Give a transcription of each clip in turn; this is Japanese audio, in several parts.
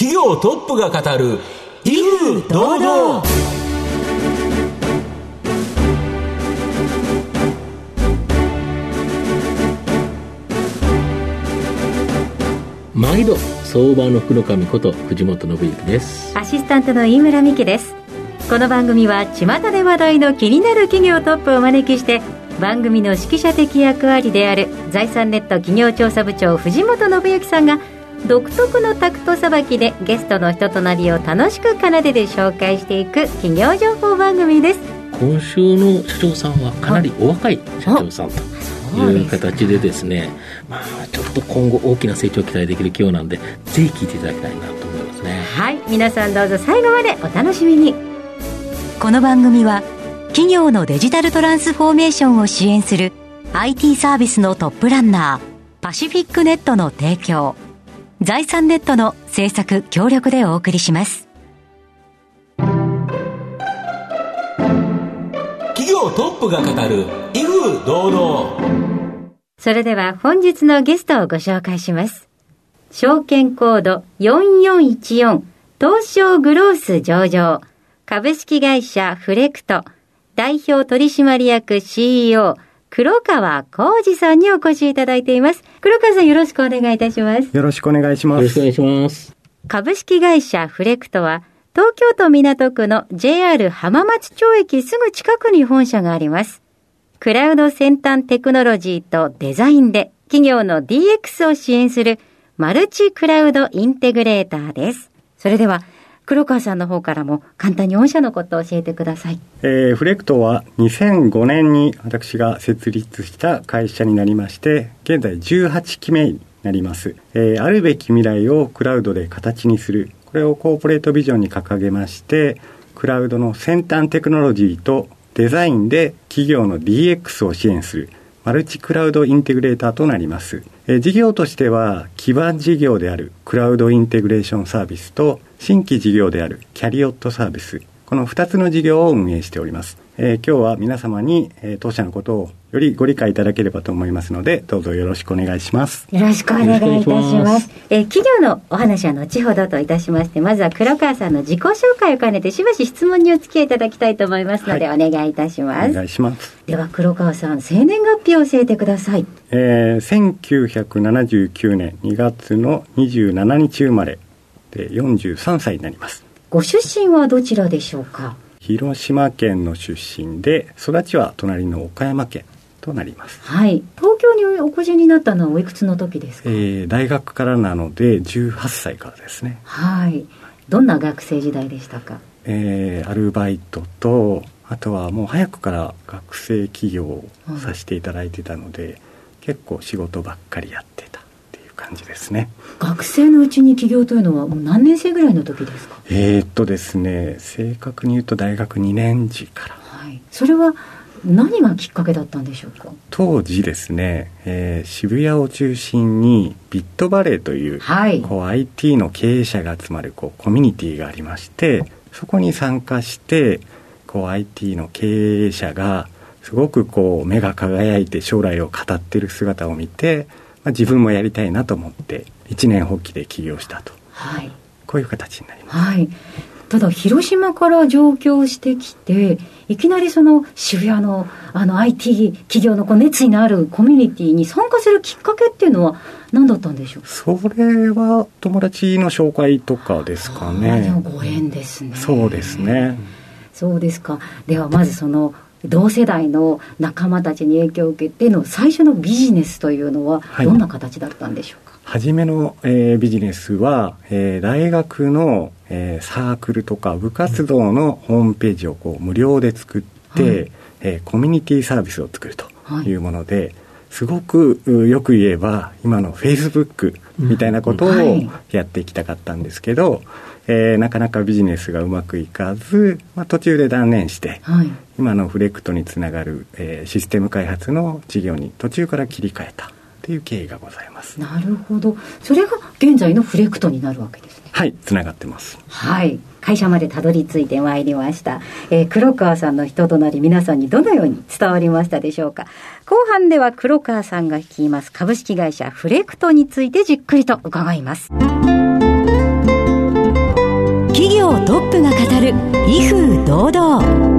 企業トップが語る威風堂々。 毎度相場の福の神こと藤本信之です。 アシスタントの飯村美希です。この番組は巷で話題の気になる企業トップをお招きして、番組の指揮者的役割である財産ネット企業調査部長藤本信之さんが独特のタクトさばきでゲストの人となりを楽しく奏でて紹介していく企業情報番組です。 今週の社長さんはかなりお若い社長さんという形でですね、ちょっと今後大きな成長を期待できる企業なんで、ぜひ聞いていただきたいなと思いますね。 はい、皆さんどうぞ最後までお楽しみに。 この番組は企業のデジタルトランスフォーメーションを支援する IT サービスのトップランナーパシフィックネットの提供、財産ネットの制作協力でお送りします。 企業トップが語る威風堂々。 それでは本日のゲストをご紹介します。証券コード4414東証グロース上場株式会社フレクト代表取締役 CEO 黒川浩二さんにお越しいただいています。黒川さん、よろしくお願いいたします。 よろしくお願いします。 よろしくお願いします。 株式会社フレクトは東京都港区の JR 浜松町駅すぐ近くに本社があります。クラウド先端テクノロジーとデザインで企業の DX を支援するマルチクラウドインテグレーターです。それでは黒川さんの方からも簡単に御社のことを教えてください。 フレクトは2005年に私が設立した会社になりまして、現在18期目になります。あるべき未来をクラウドで形にする、これをコーポレートビジョンに掲げまして、クラウドの先端テクノロジーとデザインで企業の DX を支援するマルチクラウドインテグレーターとなります。事業としては基盤事業であるクラウドインテグレーションサービスと新規事業であるキャリオットサービス、この2つの事業を運営しております。今日は皆様に、当社のことをよりご理解いただければと思いますので、どうぞよろしくお願いします。 よろしくお願いいたします。企業のお話は後ほどといたしまして、まずは黒川さんの自己紹介を兼ねてしばし質問にお付き合いいただきたいと思いますので、お願いいたします。 お願いします。 では黒川さん、生年月日を教えてください。 1979年2月の27日生まれで43歳になります。 ご出身はどちらでしょうか？ 広島県の出身で、育ちは隣の岡山県となります。 はい。東京にお越しになったのはおいくつの時ですか？ 大学からなので18歳からですね。 はい。どんな学生時代でしたか？ アルバイトと、あとはもう早くから学生起業をさせていただいてたので、結構仕事ばっかりやってたっていう感じですね。 学生のうちに起業というのはもう何年生ぐらいの時ですか？ ですね、正確に言うと大学2年時から。 はい。それは何がきっかけだったんでしょうか？ 当時ですね、渋谷を中心にビットバレーという、IT の経営者が集まるコミュニティがありまして、そこに参加してIT の経営者がすごく目が輝いて将来を語っている姿を見て、自分もやりたいなと思って一年発起で起業したと、こういう形になります。 はい。ただ広島から上京してきて、いきなりその渋谷のIT 企業の熱意のあるコミュニティに参加するきっかけっていうのは何だったんでしょう？ それは友達の紹介とかですかね。 でもご縁ですね。 そうですね。 そうですか。ではまずその同世代の仲間たちに影響を受けての最初のビジネスというのはどんな形だったんでしょうか？ 初めの、ビジネスは、大学の、サークルとか部活動のホームページを無料で作って、コミュニティサービスを作るというもので、すごくよく言えば今の Facebook みたいなことをやっていきたかったんですけど、なかなかビジネスがうまくいかず、途中で断念して、今のフレクトにつながる、システム開発の事業に途中から切り替えたという経緯がございます。 なるほど。それが現在のフレクトになるわけですね。 はい、つながってます。 はい。会社までたどり着いてまいりました。黒川さんの人となり、皆さんにどのように伝わりましたでしょうか？後半では黒川さんが率います株式会社フレクトについてじっくりと伺います。 威風堂々。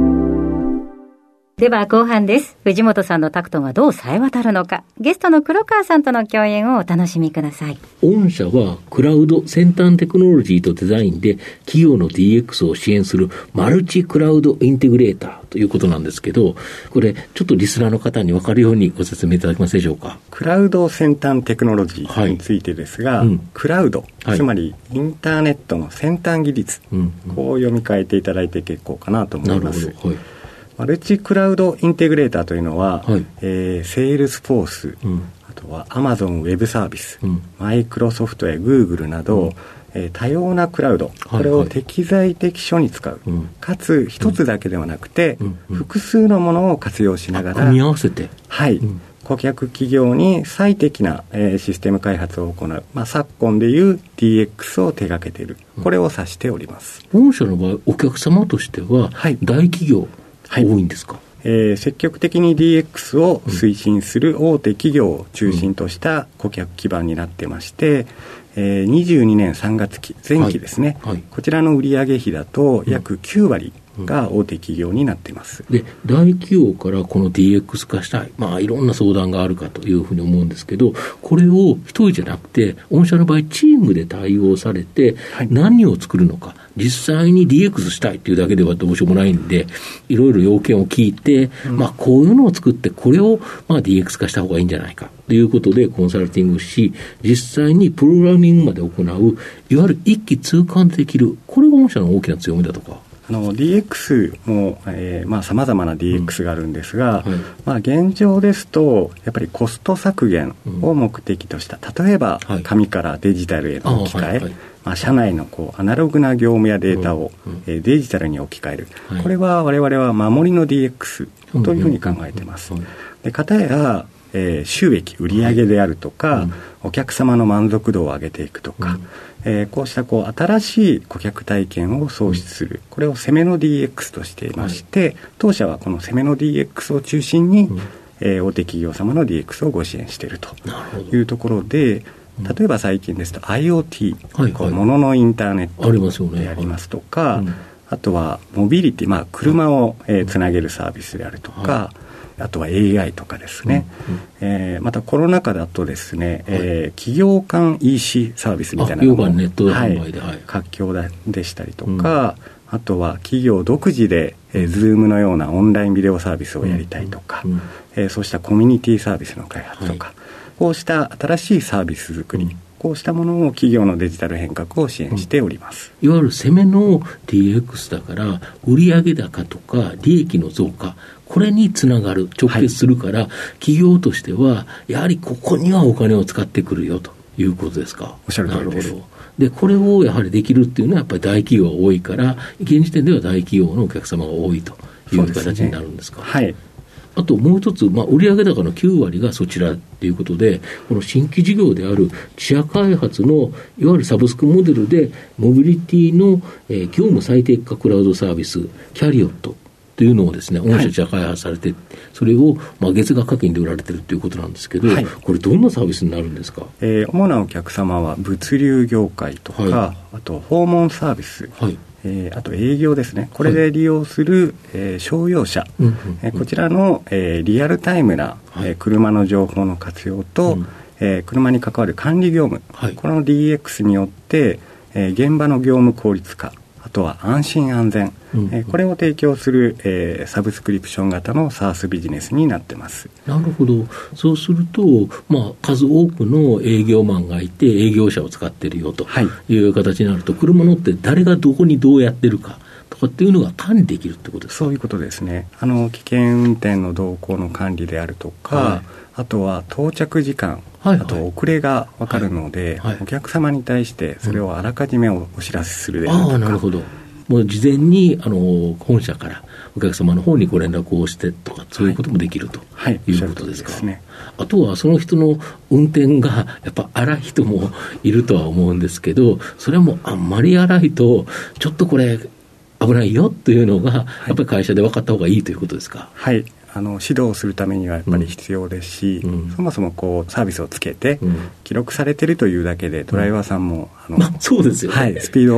では後半です。藤本さんのタクトがどう冴え渡るのか、ゲストの黒川さんとの共演をお楽しみください。 御社はクラウド先端テクノロジーとデザインで企業の DX を支援するマルチクラウドインテグレーターということなんですけど、これちょっとリスナーの方に分かるようにご説明いただけますでしょうか。 クラウド先端テクノロジーについてですが、クラウド、つまりインターネットの先端技術、こう読み替えていただいて結構かなと思います。マルチクラウドインテグレーターというのは、セールスフォース、あとはアマゾンウェブサービス、マイクロソフトやグーグルなど、多様なクラウド、これを適材適所に使う、かつ一つだけではなくて、複数のものを活用しながら組み合わせて、 顧客企業に最適な、システム開発を行う、昨今でいう DX を手掛けている、これを指しております。 御社の場合お客様としては、大企業多いんですか。 積極的に DX を推進する大手企業を中心とした顧客基盤になってまして、22年3月期前期ですね、こちらの売上比だと約9割が大手企業になっています。 で、大企業からこの DX 化したい、いろんな相談があるかというふうに思うんですけど、これを一人じゃなくて御社の場合チームで対応されて、何を作るのか、実際に DX したいというだけではどうしようもないんで、いろいろ要件を聞いて、こういうのを作ってこれをDX 化した方がいいんじゃないかということでコンサルティングし、実際にプログラミングまで行う、いわゆる一気通貫できる、これが御社の大きな強みだとか。 DX も、様々な DX があるんですが、現状ですとやっぱりコスト削減を目的とした、例えば、紙からデジタルへの置き換え、社内のアナログな業務やデータを、デジタルに置き換える、これは我々は守りの DX というふうに考えています。で、かたや収益、売上であるとか、お客様の満足度を上げていくとか、こうした新しい顧客体験を創出する、これを攻めの DX としていまして、当社はこの攻めの DX を中心に、大手企業様の DX をご支援しているというところで、例えば最近ですと IoT、物のインターネットでありますとか、あとはモビリティ、車をつなげるサービスであるとか、あとは AI とかですね、またコロナ禍だとですね、企業間 EC サービスみたいなのもネット販売で、 活況でしたりとか、あとは企業独自で、Zoom のようなオンラインビデオサービスをやりたいとか、そうしたコミュニティサービスの開発とか、こうした新しいサービス作り、こうしたものを企業のデジタル変革を支援しております。 いわゆる攻めの DX だから、売上高とか利益の増加、これにつながる、直結するから、企業としてはやはりここにはお金を使ってくるよということですか。 おっしゃる通りです。 なるほど。で、これをやはりできるっていうのはやっぱり大企業が多いから、現時点では大企業のお客様が多いという形になるんですか。あともう一つ、売上高の9割がそちらということで、この新規事業である自社開発のいわゆるサブスクモデルでモビリティの、業務最適化クラウドサービスキャリオットというのをですね、御社自社開発されて、それを月額課金で売られているということなんですけど、これどんなサービスになるんですか。 主なお客様は物流業界とか、あと訪問サービス、あと営業ですね、これで利用する、商用車、こちらの、リアルタイムな、車の情報の活用と、車に関わる管理業務、この DX によって、現場の業務効率化、あとは安心安全、これを提供する、サブスクリプション型の SaaS ビジネスになってます。 なるほど。そうすると、数多くの営業マンがいて営業車を使っているよという形になると、車乗って誰がどこにどうやってるかとかっていうのが管理できるってことですか。 そういうことですね。危険運転の動向の管理であるとか、あとは到着時間、あと遅れが分かるので、お客様に対してそれをあらかじめお知らせするであるとか、 なるほど。もう事前に本社からお客様の方にご連絡をしてとか、そういうこともできるということですか。あとはその人の運転がやっぱ荒い人もいるとは思うんですけど、それもあんまり荒いとちょっとこれ危ないよというのがやっぱり会社で分かった方がいいということですか。 指導するためにはやっぱり必要ですし、そもそもサービスをつけて、記録されているというだけでドライバーさんも、 そうですよね、 スピードを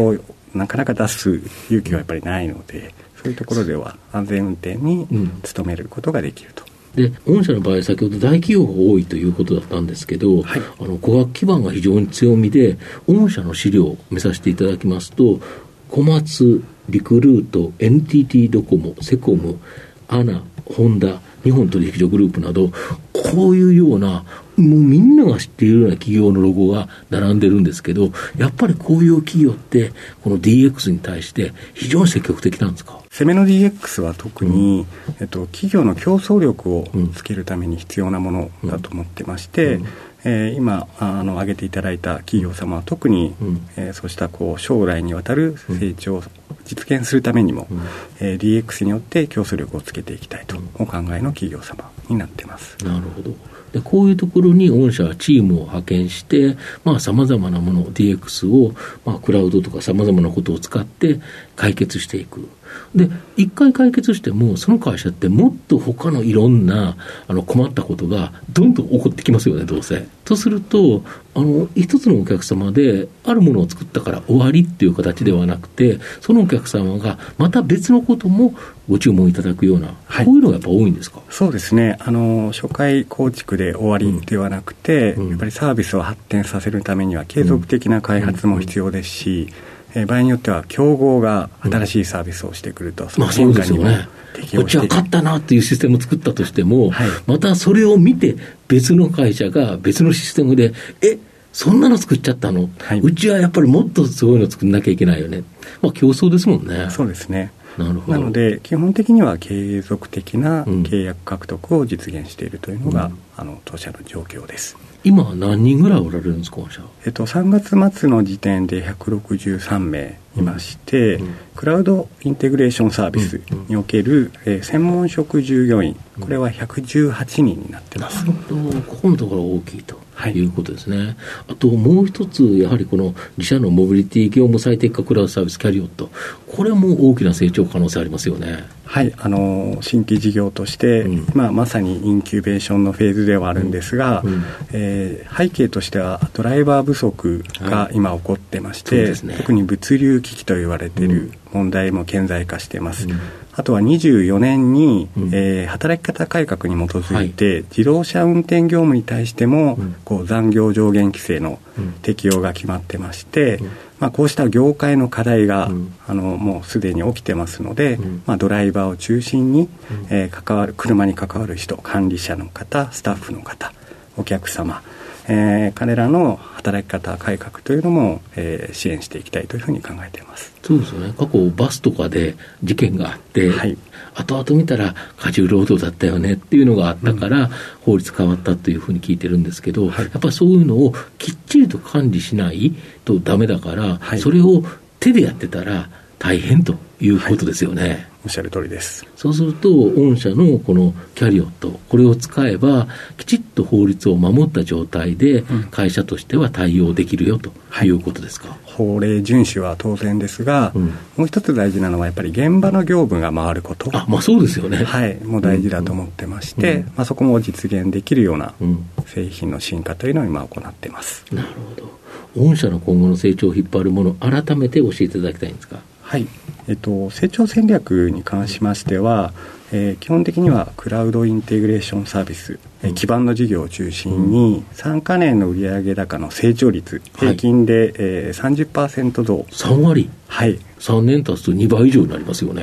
なかなか出す勇気はやっぱりないので、そういうところでは安全運転に努めることができると。 で御社の場合、先ほど大企業が多いということだったんですけど、 はい、 語学基盤が非常に強みで、御社の資料を見させていただきますと、小松、リクルート、NTT ドコモ、セコム、アナ、ホンダ、日本取引所グループなど、こういうような、もうみんなが知っているような企業のロゴが並んでるんですけど、やっぱりこういう企業ってこの DX に対して非常に積極的なんですか？ 攻めの DX は特に、企業の競争力をつけるために必要なものだと思ってまして、今挙げていただいた企業様は特に、そうした将来にわたる成長を実現するためにも、DX によって競争力をつけていきたいとお考えの企業様になっています。 なるほど。でこういうところに御社はチームを派遣して、さまざまなもの DX を、クラウドとかさまざまなことを使って解決していく。で一回解決してもその会社ってもっと他のいろんな困ったことがどんどん起こってきますよね、どうせ。とすると一つのお客様であるものを作ったから終わりっていう形ではなくて、そのお客様がまた別のこともご注文いただくような、こういうのがやっぱ多いんですか？ そうですね。初回構築で終わりではなくて、やっぱりサービスを発展させるためには継続的な開発も必要ですし、場合によっては競合が新しいサービスをしてくると、その変化にも適応していく。 こっちは勝ったなっていうシステムを作ったとしても、またそれを見て別の会社が別のシステムでそんなの作っちゃったの、うちはやっぱりもっとすごいの作んなきゃいけないよね。競争ですもんね。 そうですね。 なるほど。 なので基本的には継続的な契約獲得を実現しているというのが、当社の状況です。 今は何人ぐらいおられるんですか、御社？ 3月末の時点で163名いまして、クラウドインテグレーションサービスにおける、専門職従業員、これは118人になっています。 なるほど。ここのところ大きいということですね。あともう一つ、やはりこの自社のモビリティ業務最適化クラウドサービスキャリオット、これも大きな成長可能性ありますよね。 はい、新規事業として、まさにインキュベーションのフェーズではあるんですが、背景としてはドライバー不足が今起こってまして、特に物流危機と言われている問題も顕在化しています。あとは24年に、働き方改革に基づいて、自動車運転業務に対しても、残業上限規制の適用が決まってまして、こうした業界の課題が、もうすでに起きてますので、ドライバーを中心に、車に関わる人、管理者の方、スタッフの方、お客様、彼らの働き方改革というのも、支援していきたいというふうに考えています。 そうですよね。過去バスとかで事件があって、後々見たら過重労働だったよねっていうのがあったから、法律変わったというふうに聞いてるんですけど、やっぱりそういうのをきっちりと管理しないとダメだから、それを手でやってたら大変ということですよね。 おっしゃる通りです。 そうすると御社のこのキャリオット、これを使えばきちっと法律を守った状態で会社としては対応できるよということですか？ 法令遵守は当然ですが、もう一つ大事なのはやっぱり現場の業務が回ること。 そうですよね。 もう大事だと思ってまして、そこも実現できるような製品の進化というのを今行っています。 なるほど。御社の今後の成長を引っ張るもの、改めて教えていただきたいんですか？ 成長戦略に関しましては、基本的にはクラウドインテグレーションサービス、基盤の事業を中心に3か年の売上高の成長率、平均で、30% 増。 3割？3年経つと2倍以上になりますよね。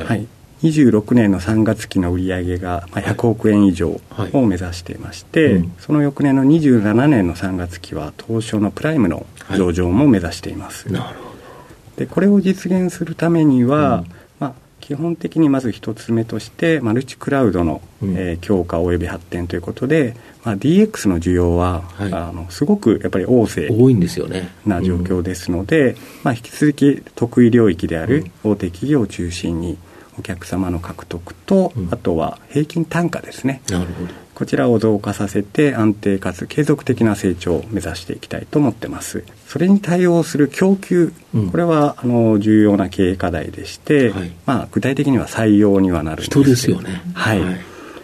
26年の3月期の売上が100億円以上を目指していまして、その翌年の27年の3月期は東証のプライムの上場も目指しています。 なるほど。 でこれを実現するためには、基本的にまず一つ目としてマルチクラウドの、強化および発展ということで、DX の需要は、すごくやっぱり多いんですよね。な状況ですので、引き続き得意領域である大手企業を中心にお客様の獲得と、あとは平均単価ですね。 なるほど。 こちらを増加させて安定かつ継続的な成長を目指していきたいと思ってます。それに対応する供給、これは重要な経営課題でして、具体的には採用にはなるんですけど、 人ですよね。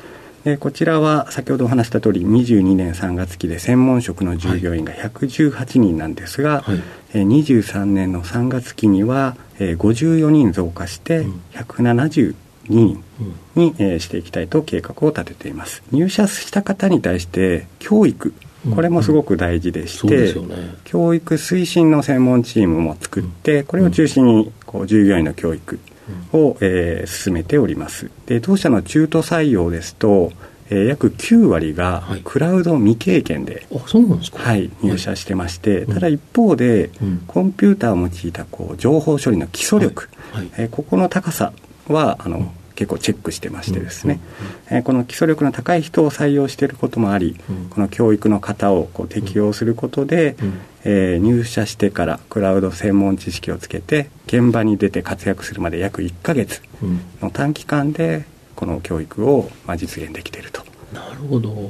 こちらは先ほどお話した通り22年3月期で専門職の従業員が118人なんですが、はい、23年の3月期には54人増加して172人にしていきたいと計画を立てています。入社した方に対して教育、これもすごく大事でして、教育推進の専門チームも作って、これを中心に従業員の教育を進めております。で、当社の中途採用ですと、約9割がクラウド未経験で、 そうなんですか。 はい、入社してまして、ただ一方で、コンピューターを用いた情報処理の基礎力、ここの高さは結構チェックしてましてですね、この基礎力の高い人を採用していることもあり、この教育の型を適用することで、入社してからクラウド専門知識をつけて現場に出て活躍するまで約1ヶ月の短期間でこの教育を実現できていると。 なるほど、はい、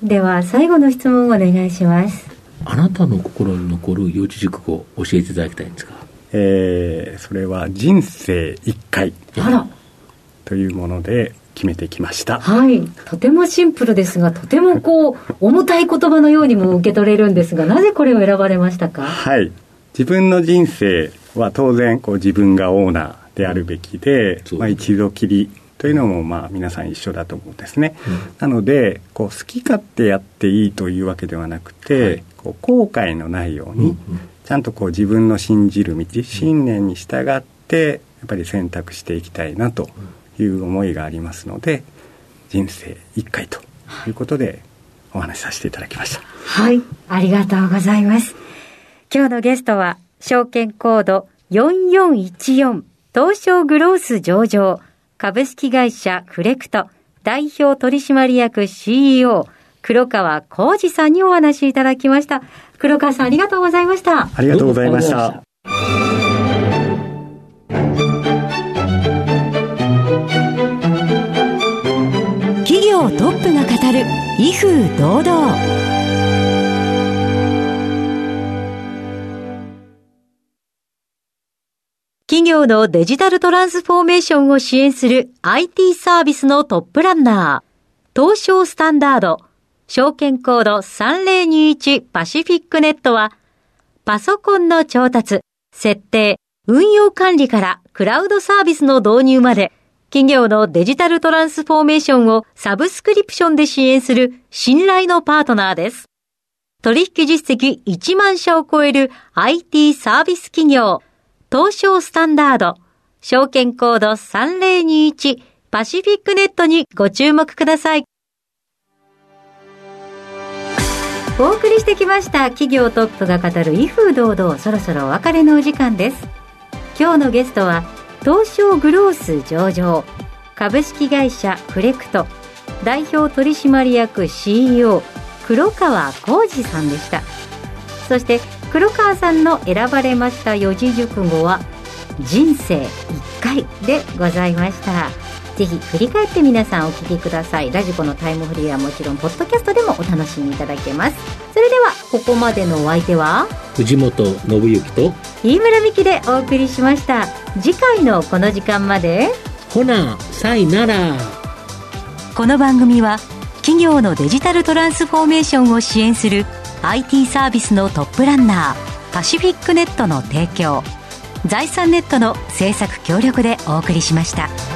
では最後の質問をお願いします。 あなたの心に残る四字熟語を教えていただきたいんですが、 それは人生1回というもので決めてきました。 はい、とてもシンプルですが、とても重たい言葉のようにも受け取れるんですが、なぜこれを選ばれましたか？ はい、自分の人生は当然自分がオーナーであるべきで、一度きりというのも皆さん一緒だと思うんですね、なので好き勝手やっていいというわけではなくて、後悔のないように、ちゃんと自分の信じる道、信念に従ってやっぱり選択していきたいなという思いがありますので、人生1回ということでお話しさせていただきました。 はい、ありがとうございます。今日のゲストは証券コード4414東証グロース上場株式会社フレクト代表取締役 CEO 黒川浩二さんにお話しいただきました。黒川さん、ありがとうございました。 ありがとうございました。 企業トップが語る威風堂々。企業のデジタルトランスフォーメーションを支援する IT サービスのトップランナー、東証スタンダード、証券コード3021パシフィックネットは、パソコンの調達、設定、運用管理からクラウドサービスの導入まで、企業のデジタルトランスフォーメーションをサブスクリプションで支援する信頼のパートナーです。取引実績1万社を超える IT サービス企業、東証スタンダード、証券コード3021パシフィックネットにご注目ください。お送りしてきました企業トップが語る威風堂々、そろそろお別れのお時間です。今日のゲストは東証グロース上場株式会社フレクト代表取締役 CEO 黒川浩二さんでした。そして黒川さんの選ばれました四字熟語は人生1回でございました。ぜひ振り返って皆さんお聞きください。ラジコのタイムフリーはもちろんポッドキャストでもお楽しみいただけます。それではここまでのお相手は藤本信之と飯村美希でお送りしました。次回のこの時間までほなさいなら。 この番組は企業のデジタルトランスフォーメーションを支援する IT サービスのトップランナーパシフィックネットの提供、財産ネットの制作協力でお送りしました。